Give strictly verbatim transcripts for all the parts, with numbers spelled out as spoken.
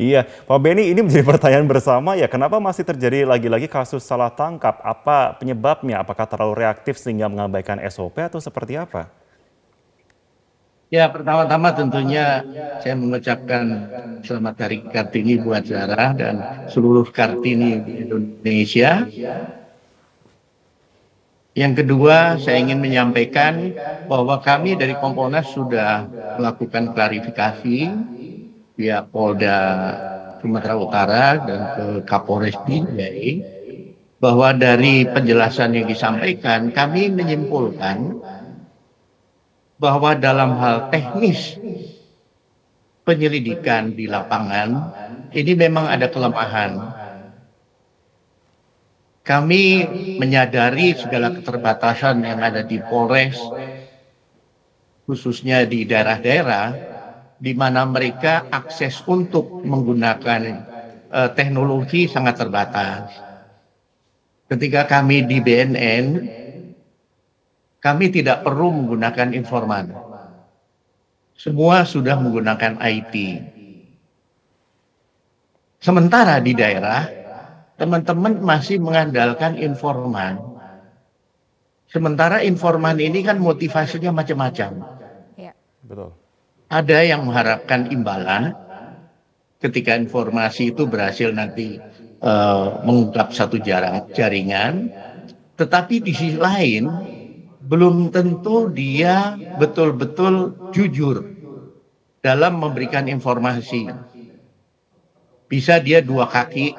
Iya, Pak Beni, ini menjadi pertanyaan bersama ya, kenapa masih terjadi lagi-lagi kasus salah tangkap? Apa penyebabnya? Apakah terlalu reaktif sehingga mengabaikan S O P atau seperti apa? Ya, pertama-tama tentunya saya mengucapkan selamat Hari Kartini buat Zara dan seluruh Kartini di Indonesia. Yang kedua, saya ingin menyampaikan bahwa kami dari Kompolnas sudah melakukan klarifikasi via Polda Sumatera Utara dan ke Kapolres Binjai bahwa dari penjelasan yang disampaikan, kami menyimpulkan bahwa dalam hal teknis penyelidikan di lapangan ini memang ada kelemahan. Kami menyadari segala keterbatasan yang ada di Polres, khususnya di daerah-daerah, di mana mereka akses untuk menggunakan uh, teknologi sangat terbatas. Ketika kami di B N N, kami tidak perlu menggunakan informan. Semua sudah menggunakan I T. Sementara di daerah, teman-teman masih mengandalkan informan. Sementara informan ini kan motivasinya macam-macam. Ya. Betul. Ada yang mengharapkan imbalan ketika informasi itu berhasil nanti uh, mengungkap satu jarang, jaringan. Tetapi di sisi lain, belum tentu dia betul-betul jujur dalam memberikan informasi. Bisa dia dua kaki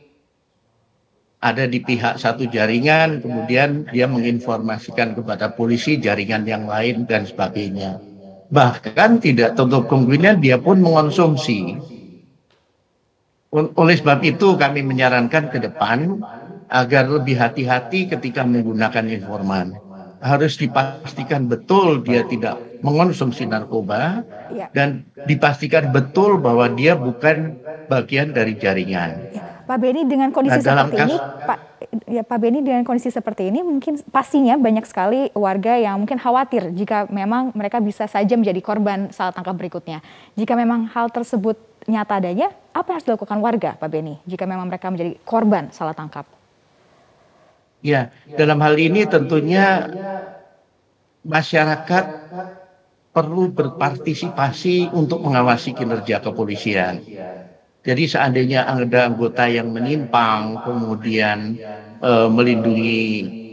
ada di pihak satu jaringan, kemudian dia menginformasikan kepada polisi jaringan yang lain dan sebagainya. Bahkan tidak tutup kemungkinan dia pun mengonsumsi. Oleh sebab itu kami menyarankan ke depan agar lebih hati-hati ketika menggunakan informan. Harus dipastikan betul dia tidak mengonsumsi narkoba ya. Dan dipastikan betul bahwa dia bukan bagian dari jaringan. Ya. Pak Beni, dengan kondisi nah, seperti ini, Pak ya Pak Beni dengan kondisi seperti ini mungkin pastinya banyak sekali warga yang mungkin khawatir jika memang mereka bisa saja menjadi korban salah tangkap berikutnya. Jika memang hal tersebut nyata adanya, apa yang harus dilakukan warga, Pak Beni, jika memang mereka menjadi korban salah tangkap? Ya, dalam hal ini tentunya masyarakat perlu berpartisipasi untuk mengawasi kinerja kepolisian. Jadi seandainya ada anggota yang menyimpang, kemudian e, melindungi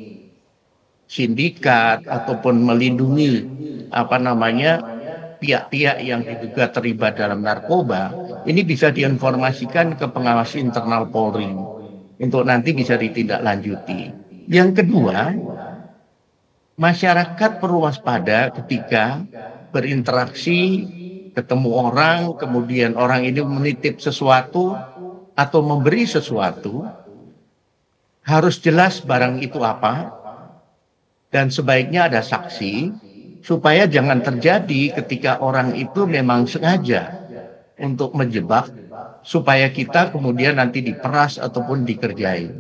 sindikat ataupun melindungi apa namanya pihak-pihak yang diduga terlibat dalam narkoba, ini bisa diinformasikan ke pengawas internal Polri untuk nanti bisa ditindaklanjuti. Yang kedua, masyarakat perlu waspada ketika berinteraksi, ketemu orang, kemudian orang ini menitip sesuatu atau memberi sesuatu, harus jelas barang itu apa, dan sebaiknya ada saksi, supaya jangan terjadi ketika orang itu memang sengaja untuk menjebak, supaya kita kemudian nanti diperas ataupun dikerjain.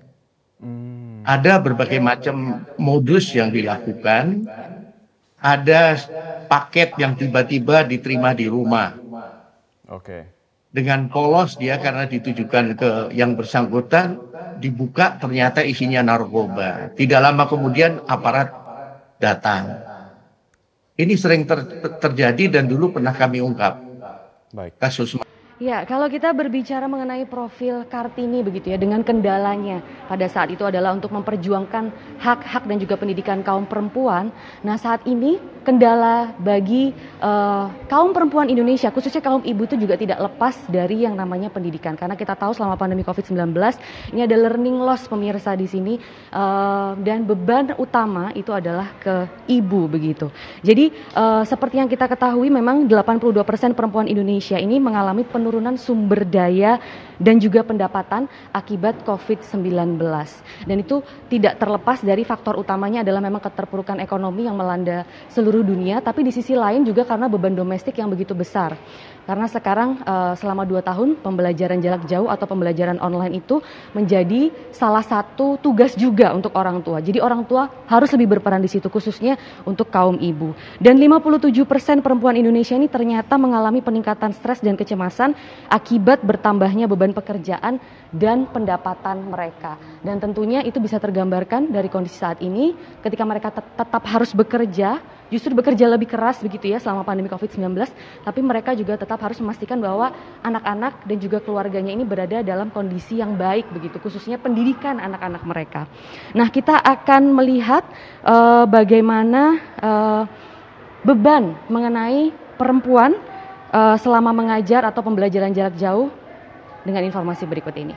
Ada berbagai macam modus yang dilakukan, ada paket yang tiba-tiba diterima di rumah. Oke. Dengan polos dia karena ditujukan ke yang bersangkutan, dibuka ternyata isinya narkoba. Tidak lama kemudian aparat datang. Ini sering ter terjadi dan dulu pernah kami ungkap. Baik. Kasus. Ya, kalau kita berbicara mengenai profil Kartini begitu ya, dengan kendalanya pada saat itu adalah untuk memperjuangkan hak-hak dan juga pendidikan kaum perempuan. Nah, saat ini kendala bagi uh, kaum perempuan Indonesia, khususnya kaum ibu itu juga tidak lepas dari yang namanya pendidikan. Karena kita tahu selama pandemi covid sembilan belas ini ada learning loss pemirsa di sini, uh, dan beban utama itu adalah ke ibu begitu. Jadi uh, seperti yang kita ketahui memang delapan puluh dua persen perempuan Indonesia ini mengalami penurunan sumber daya dan juga pendapatan akibat covid sembilan belas. Dan itu tidak terlepas dari faktor utamanya adalah memang keterpurukan ekonomi yang melanda seluruh dunia, tapi di sisi lain juga karena beban domestik yang begitu besar. Karena sekarang uh, selama dua tahun pembelajaran jarak jauh atau pembelajaran online itu menjadi salah satu tugas juga untuk orang tua. Jadi orang tua harus lebih berperan di situ, khususnya untuk kaum ibu. Dan lima puluh tujuh persen perempuan Indonesia ini ternyata mengalami peningkatan stres dan kecemasan dilakukan akibat bertambahnya beban pekerjaan dan pendapatan mereka. Dan tentunya itu bisa tergambarkan dari kondisi saat ini ketika mereka tet tetap harus bekerja, justru bekerja lebih keras begitu ya selama pandemi covid sembilan belas, tapi mereka juga tetap harus memastikan bahwa anak-anak dan juga keluarganya ini berada dalam kondisi yang baik begitu, khususnya pendidikan anak-anak mereka. Nah, kita akan melihat uh, bagaimana uh, beban mengenai perempuan uh, selama mengajar atau pembelajaran jarak jauh dengan informasi berikut ini.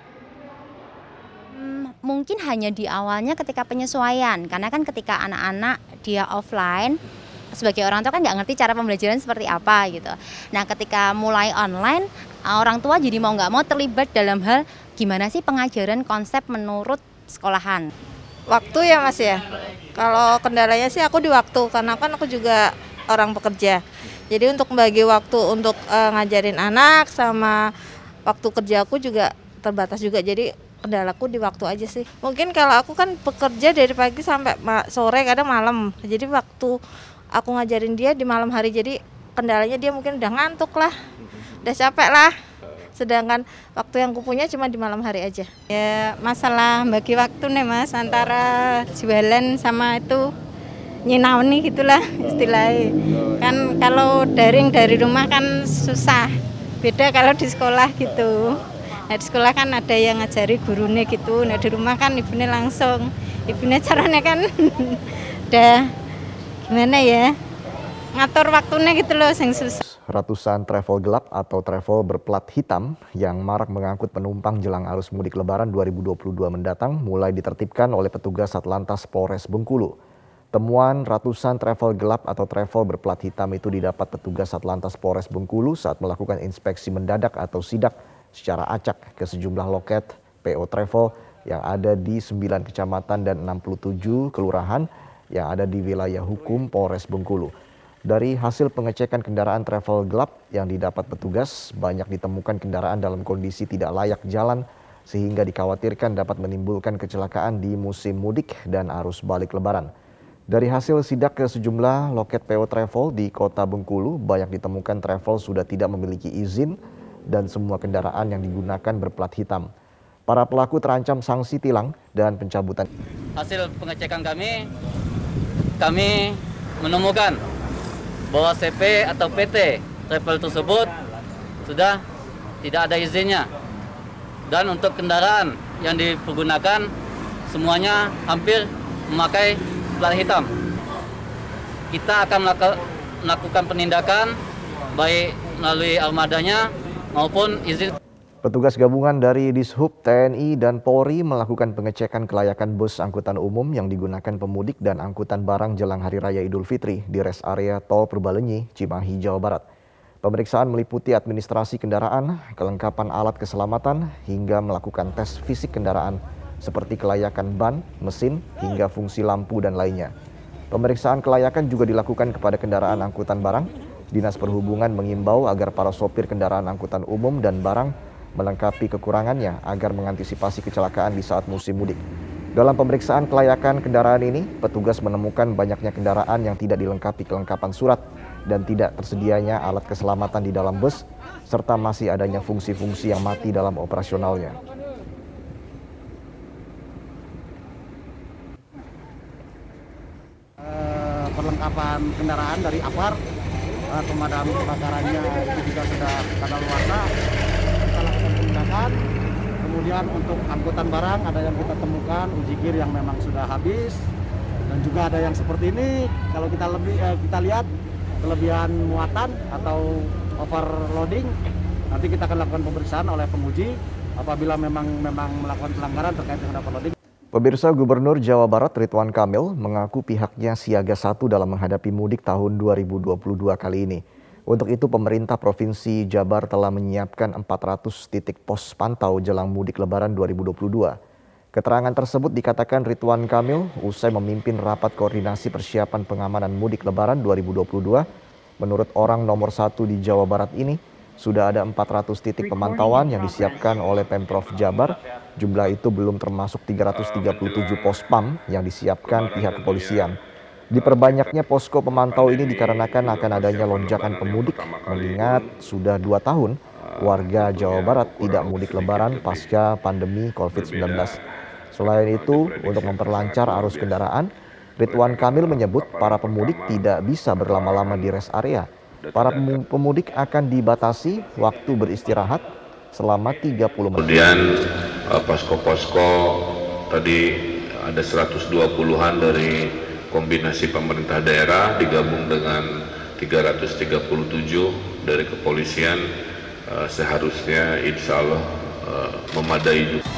Hmm, mungkin hanya di awalnya ketika penyesuaian, karena kan ketika anak-anak dia offline, sebagai orang tua kan nggak ngerti cara pembelajaran seperti apa gitu. Nah, ketika mulai online, orang tua jadi mau nggak mau terlibat dalam hal gimana sih pengajaran konsep menurut sekolahan. Waktu ya Mas ya, kalau kendalanya sih aku di waktu, karena kan aku juga orang pekerja. Jadi untuk membagi waktu untuk uh, ngajarin anak sama waktu kerja aku juga terbatas juga, jadi kendalaku di waktu aja sih. Mungkin kalau aku kan bekerja dari pagi sampai sore, kadang malam, jadi waktu aku ngajarin dia di malam hari, jadi kendalanya dia mungkin udah ngantuk lah, udah capek lah. Sedangkan waktu yang kupunya cuma di malam hari aja. Ya masalah bagi waktu nih Mas, antara jualan sama itu nyinauni gitulah istilahnya. Kan kalau daring dari rumah kan susah. Beda kalau di sekolah gitu. Nah, di sekolah kan ada yang ngajari gurunya gitu. Nah, di rumah kan ibunya langsung. Ibunya caranya kan udah gimana ya? Ngatur waktunya gitu loh yang susah. Ratusan travel gelap atau travel berplat hitam yang marak mengangkut penumpang jelang arus mudik Lebaran dua ribu dua puluh dua mendatang mulai ditertibkan oleh petugas Satlantas Polres Bengkulu. Temuan ratusan travel gelap atau travel berplat hitam itu didapat petugas Satlantas Polres Bengkulu saat melakukan inspeksi mendadak atau sidak secara acak ke sejumlah loket P O Travel yang ada di sembilan kecamatan dan enam puluh tujuh kelurahan yang ada di wilayah hukum Polres Bengkulu. Dari hasil pengecekan kendaraan travel gelap yang didapat petugas, banyak ditemukan kendaraan dalam kondisi tidak layak jalan sehingga dikhawatirkan dapat menimbulkan kecelakaan di musim mudik dan arus balik Lebaran. Dari hasil sidak ke sejumlah loket P O Travel di Kota Bengkulu, banyak ditemukan travel sudah tidak memiliki izin dan semua kendaraan yang digunakan berplat hitam. Para pelaku terancam sanksi tilang dan pencabutan. Hasil pengecekan kami, kami menemukan bahwa C P atau P T travel tersebut sudah tidak ada izinnya. Dan untuk kendaraan yang dipergunakan semuanya hampir memakai plat hitam. Kita akan melakukan penindakan baik melalui armadanya maupun izin. Petugas gabungan dari Dishub, T N I, dan Polri melakukan pengecekan kelayakan bus angkutan umum yang digunakan pemudik dan angkutan barang jelang Hari Raya Idul Fitri di res area Tol Purbalenyi, Cimahi, Jawa Barat. Pemeriksaan meliputi administrasi kendaraan, kelengkapan alat keselamatan, hingga melakukan tes fisik kendaraan seperti kelayakan ban, mesin, hingga fungsi lampu dan lainnya. Pemeriksaan kelayakan juga dilakukan kepada kendaraan angkutan barang. Dinas Perhubungan mengimbau agar para sopir kendaraan angkutan umum dan barang melengkapi kekurangannya agar mengantisipasi kecelakaan di saat musim mudik. Dalam pemeriksaan kelayakan kendaraan ini, petugas menemukan banyaknya kendaraan yang tidak dilengkapi kelengkapan surat dan tidak tersedianya alat keselamatan di dalam bus, serta masih adanya fungsi-fungsi yang mati dalam operasionalnya. Perlengkapan kendaraan dari A P A R, pemadam kebakarannya itu juga sudah kadaluarsa, kita lakukan penindakan. Kemudian untuk angkutan barang ada yang kita temukan uji gir yang memang sudah habis, dan juga ada yang seperti ini. Kalau kita lebih eh, kita lihat kelebihan muatan atau overloading, nanti kita akan lakukan pemeriksaan oleh penguji apabila memang memang melakukan pelanggaran terkait dengan overloading. Pemirsa, Gubernur Jawa Barat Ridwan Kamil mengaku pihaknya siaga satu dalam menghadapi mudik tahun dua ribu dua puluh dua kali ini. Untuk itu, pemerintah Provinsi Jabar telah menyiapkan empat ratus titik pos pantau jelang mudik Lebaran dua ribu dua puluh dua. Keterangan tersebut dikatakan Ridwan Kamil usai memimpin rapat koordinasi persiapan pengamanan mudik Lebaran dua ribu dua puluh dua. Menurut orang nomor satu di Jawa Barat ini, sudah ada empat ratus titik pemantauan yang disiapkan oleh Pemprov Jabar. Jumlah itu belum termasuk tiga ratus tiga puluh tujuh pos P A M yang disiapkan pihak kepolisian. Diperbanyaknya posko pemantau ini dikarenakan akan adanya lonjakan pemudik, mengingat sudah dua tahun warga Jawa Barat tidak mudik lebaran pasca pandemi covid sembilan belas. Selain itu, untuk memperlancar arus kendaraan, Ridwan Kamil menyebut para pemudik tidak bisa berlama-lama di rest area. Para pemudik akan dibatasi waktu beristirahat selama tiga puluh menit. Kemudian posko-posko tadi ada seratus dua puluhan dari kombinasi pemerintah daerah digabung dengan tiga ratus tiga puluh tujuh dari kepolisian, seharusnya insya Allah memadai juga.